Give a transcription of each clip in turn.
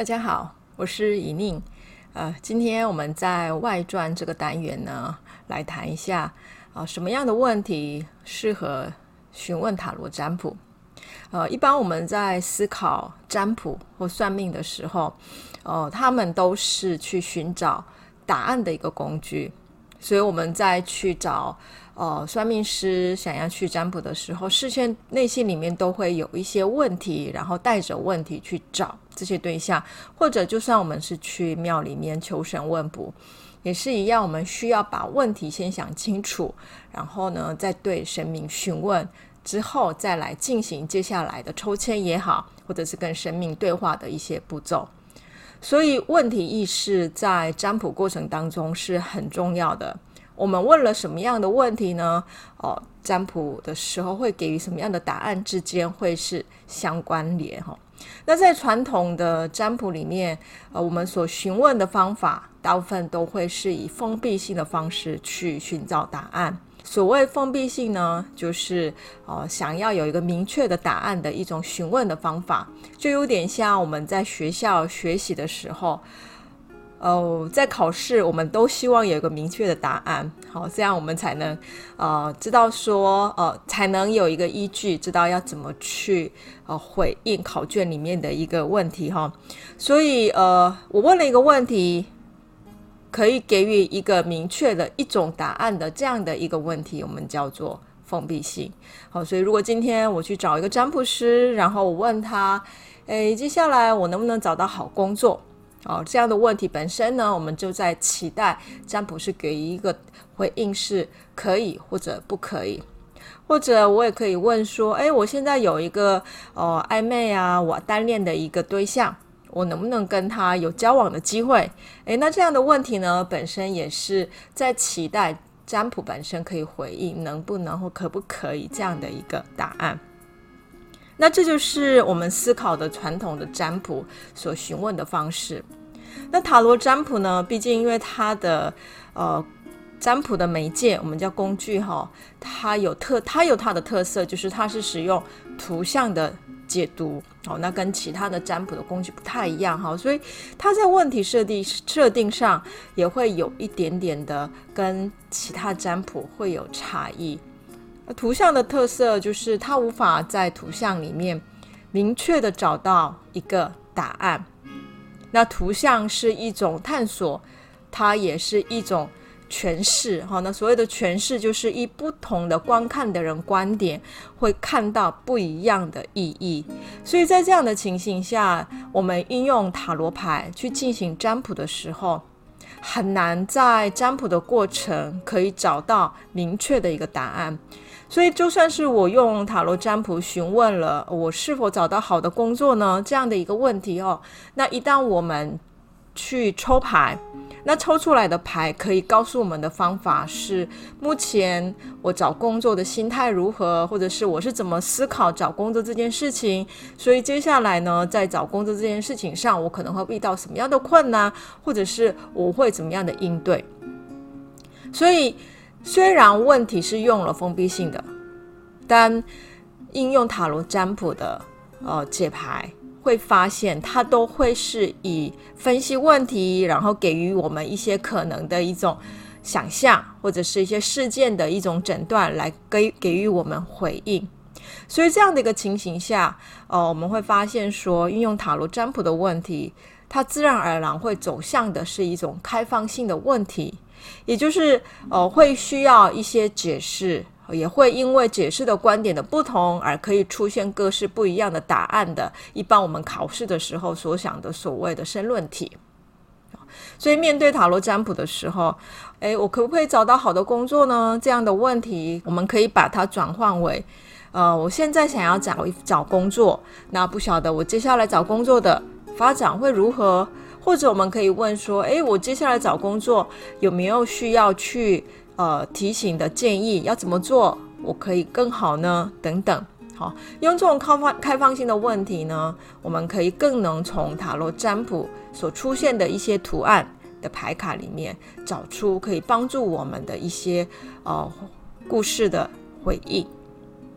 大家好，我是以宁。今天我们在外传这个单元呢，来谈一下什么样的问题适合询问塔罗占卜。一般我们在思考占卜或算命的时候，他们都是去寻找答案的一个工具。所以我们在去找算命师想要去占卜的时候，事先内心里面都会有一些问题，然后带着问题去找这些对象，或者就算我们是去庙里面求神问卜也是一样，我们需要把问题先想清楚，然后呢再对神明询问，之后再来进行接下来的抽签也好，或者是跟神明对话的一些步骤。所以问题意识在占卜过程当中是很重要的。我们问了什么样的问题呢？占卜的时候会给予什么样的答案之间会是相关联。那在传统的占卜里面，我们所询问的方法大部分都会是以封闭性的方式去寻找答案。所谓封闭性呢，就是想要有一个明确的答案的一种询问的方法，就有点像我们在学校学习的时候，在考试我们都希望有一个明确的答案，好，这样我们才能知道说才能有一个依据，知道要怎么去回应考卷里面的一个问题哈。所以我问了一个问题，可以给予一个明确的一种答案的这样的一个问题，我们叫做封闭性。好，所以如果今天我去找一个占卜师，然后我问他接下来我能不能找到好工作，这样的问题本身呢，我们就在期待占卜师给予一个回应是可以或者不可以。或者我也可以问说我现在有一个暧昧我单恋的一个对象，我能不能跟他有交往的机会？那这样的问题呢，本身也是在期待占卜本身可以回应能不能或可不可以这样的一个答案。那这就是我们思考的传统的占卜所询问的方式。那塔罗占卜呢，毕竟因为它的占卜的媒介我们叫工具它有它的特色，就是它是使用图像的解读，那跟其他的占卜的工具不太一样，所以它在问题设定上也会有一点点的跟其他占卜会有差异。图像的特色就是它无法在图像里面明确的找到一个答案，那图像是一种探索，它也是一种诠释。那所谓的诠释就是以不同的观看的人观点会看到不一样的意义。所以在这样的情形下，我们运用塔罗牌去进行占卜的时候，很难在占卜的过程可以找到明确的一个答案。所以就算是我用塔罗占卜询问了我是否找到好的工作呢这样的一个问题那一旦我们去抽牌，那抽出来的牌可以告诉我们的方法是目前我找工作的心态如何，或者是我是怎么思考找工作这件事情，所以接下来呢在找工作这件事情上我可能会遇到什么样的困难，或者是我会怎么样的应对。所以虽然问题是用了封闭性的，但应用塔罗占卜的解牌会发现它都会是以分析问题，然后给予我们一些可能的一种想象，或者是一些事件的一种诊断来给予我们回应。所以这样的一个情形下我们会发现说运用塔罗占卜的问题，它自然而然会走向的是一种开放性的问题，也就是会需要一些解释，也会因为解释的观点的不同而可以出现各式不一样的答案的一般我们考试的时候所想的所谓的申论题。所以面对塔罗占卜的时候我可不可以找到好的工作呢？这样的问题我们可以把它转换为我现在想要找工作，那不晓得我接下来找工作的发展会如何，或者我们可以问说我接下来找工作有没有需要去提醒的建议，要怎么做我可以更好呢等等。好，用这种开放性的问题呢，我们可以更能从塔罗占卜所出现的一些图案的牌卡里面找出可以帮助我们的一些故事的回应。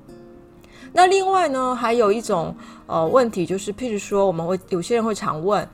那另外呢还有一种问题，就是譬如说有些人会常问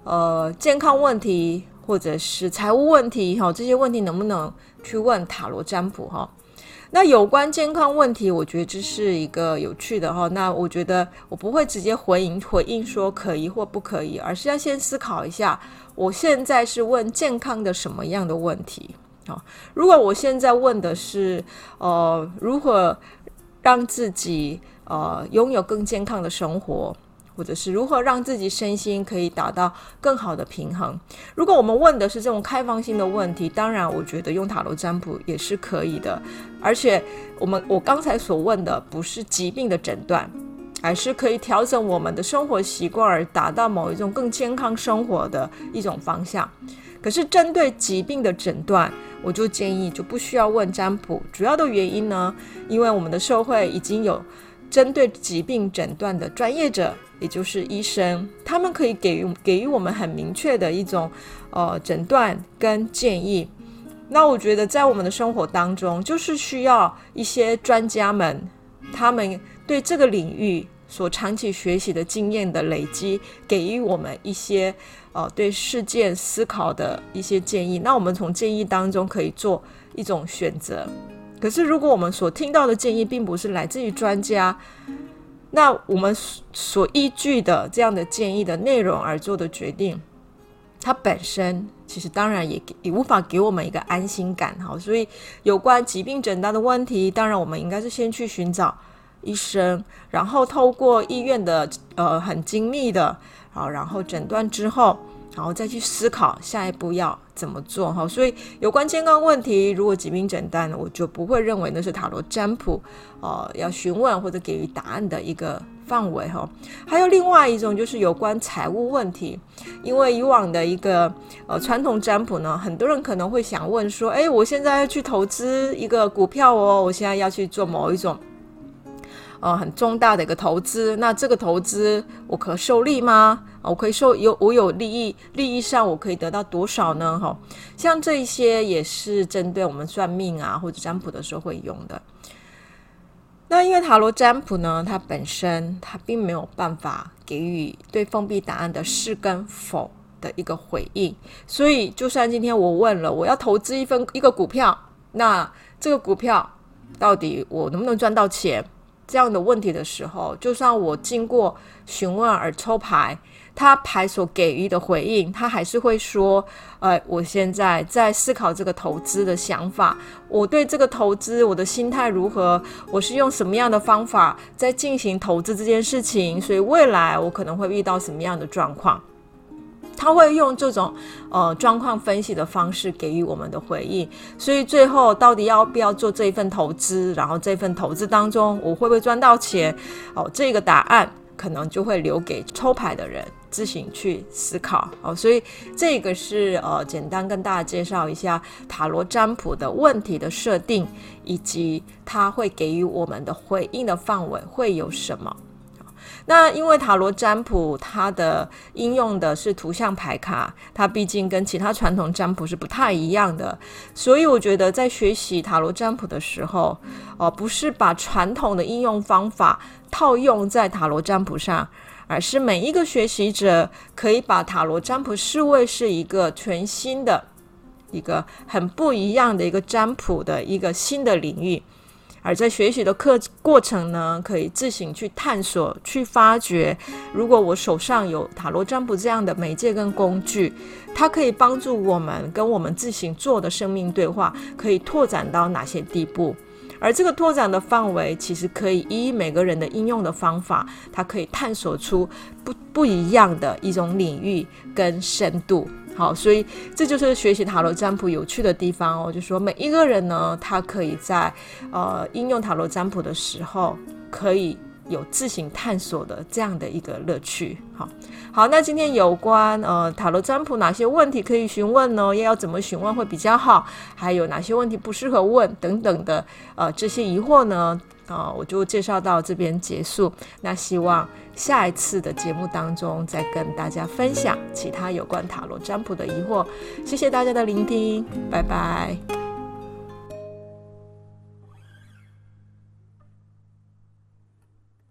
健康问题或者是财务问题这些问题能不能去问塔罗占卜那有关健康问题，我觉得这是一个有趣的那我觉得我不会直接回应说可以或不可以，而是要先思考一下，我现在是问健康的什么样的问题如果我现在问的是如何让自己拥有更健康的生活，或者是如何让自己身心可以达到更好的平衡，如果我们问的是这种开放性的问题，当然我觉得用塔罗占卜也是可以的，而且我刚才所问的不是疾病的诊断，而是可以调整我们的生活习惯而达到某一种更健康生活的一种方向。可是针对疾病的诊断，我就建议就不需要问占卜，主要的原因呢，因为我们的社会已经有针对疾病诊断的专业者，也就是医生，他们可以给予我们很明确的一种诊断跟建议。那我觉得在我们的生活当中，就是需要一些专家们，他们对这个领域所长期学习的经验的累积，给予我们一些对事件思考的一些建议，那我们从建议当中可以做一种选择。可是如果我们所听到的建议并不是来自于专家，那我们所依据的这样的建议的内容而做的决定，它本身其实当然也无法给我们一个安心感所以有关疾病诊断的问题，当然我们应该是先去寻找医生，然后透过医院的很精密的然后诊断之后，然后再去思考下一步要怎么做所以有关健康问题，如果疾病诊断，我就不会认为那是塔罗占卜要询问或者给予答案的一个范围还有另外一种就是有关财务问题，因为以往的一个传统占卜呢，很多人可能会想问说，我现在要去投资一个股票我现在要去做某一种很重大的一个投资，那这个投资我可受利吗？我可以我有利益上我可以得到多少呢？像这一些也是针对我们算命或者占卜的时候会用的。那因为塔罗占卜呢，它本身它并没有办法给予对封闭答案的是跟否的一个回应，所以就算今天我问了我要投资一个股票，那这个股票到底我能不能赚到钱这样的问题的时候，就算我经过询问而抽牌，他牌所给予的回应，他还是会说我现在在思考这个投资的想法，我对这个投资我的心态如何，我是用什么样的方法在进行投资这件事情，所以未来我可能会遇到什么样的状况，他会用这种状况分析的方式给予我们的回应。所以最后到底要不要做这一份投资，然后这份投资当中我会不会赚到钱这个答案可能就会留给抽牌的人自行去思考所以这个是简单跟大家介绍一下塔罗占卜的问题的设定，以及它会给予我们的回应的范围会有什么。那因为塔罗占卜它的应用的是图像牌卡，它毕竟跟其他传统占卜是不太一样的，所以我觉得在学习塔罗占卜的时候不是把传统的应用方法套用在塔罗占卜上，而是每一个学习者可以把塔罗占卜视为是一个全新的一个很不一样的一个占卜的一个新的领域，而在学习的过程呢，可以自行去探索去发掘，如果我手上有塔罗占卜这样的媒介跟工具，它可以帮助我们跟我们自行做的生命对话可以拓展到哪些地步，而这个拓展的范围其实可以依每个人的应用的方法，它可以探索出不一样的一种领域跟深度。好，所以这就是学习塔罗占卜有趣的地方就是说每一个人呢，他可以在应用塔罗占卜的时候可以有自行探索的这样的一个乐趣。好，那今天有关塔罗占卜哪些问题可以询问呢？要怎么询问会比较好？还有哪些问题不适合问等等的这些疑惑呢？我就介绍到这边结束。那希望下一次的节目当中再跟大家分享其他有关塔罗占卜的疑惑。谢谢大家的聆听，拜拜。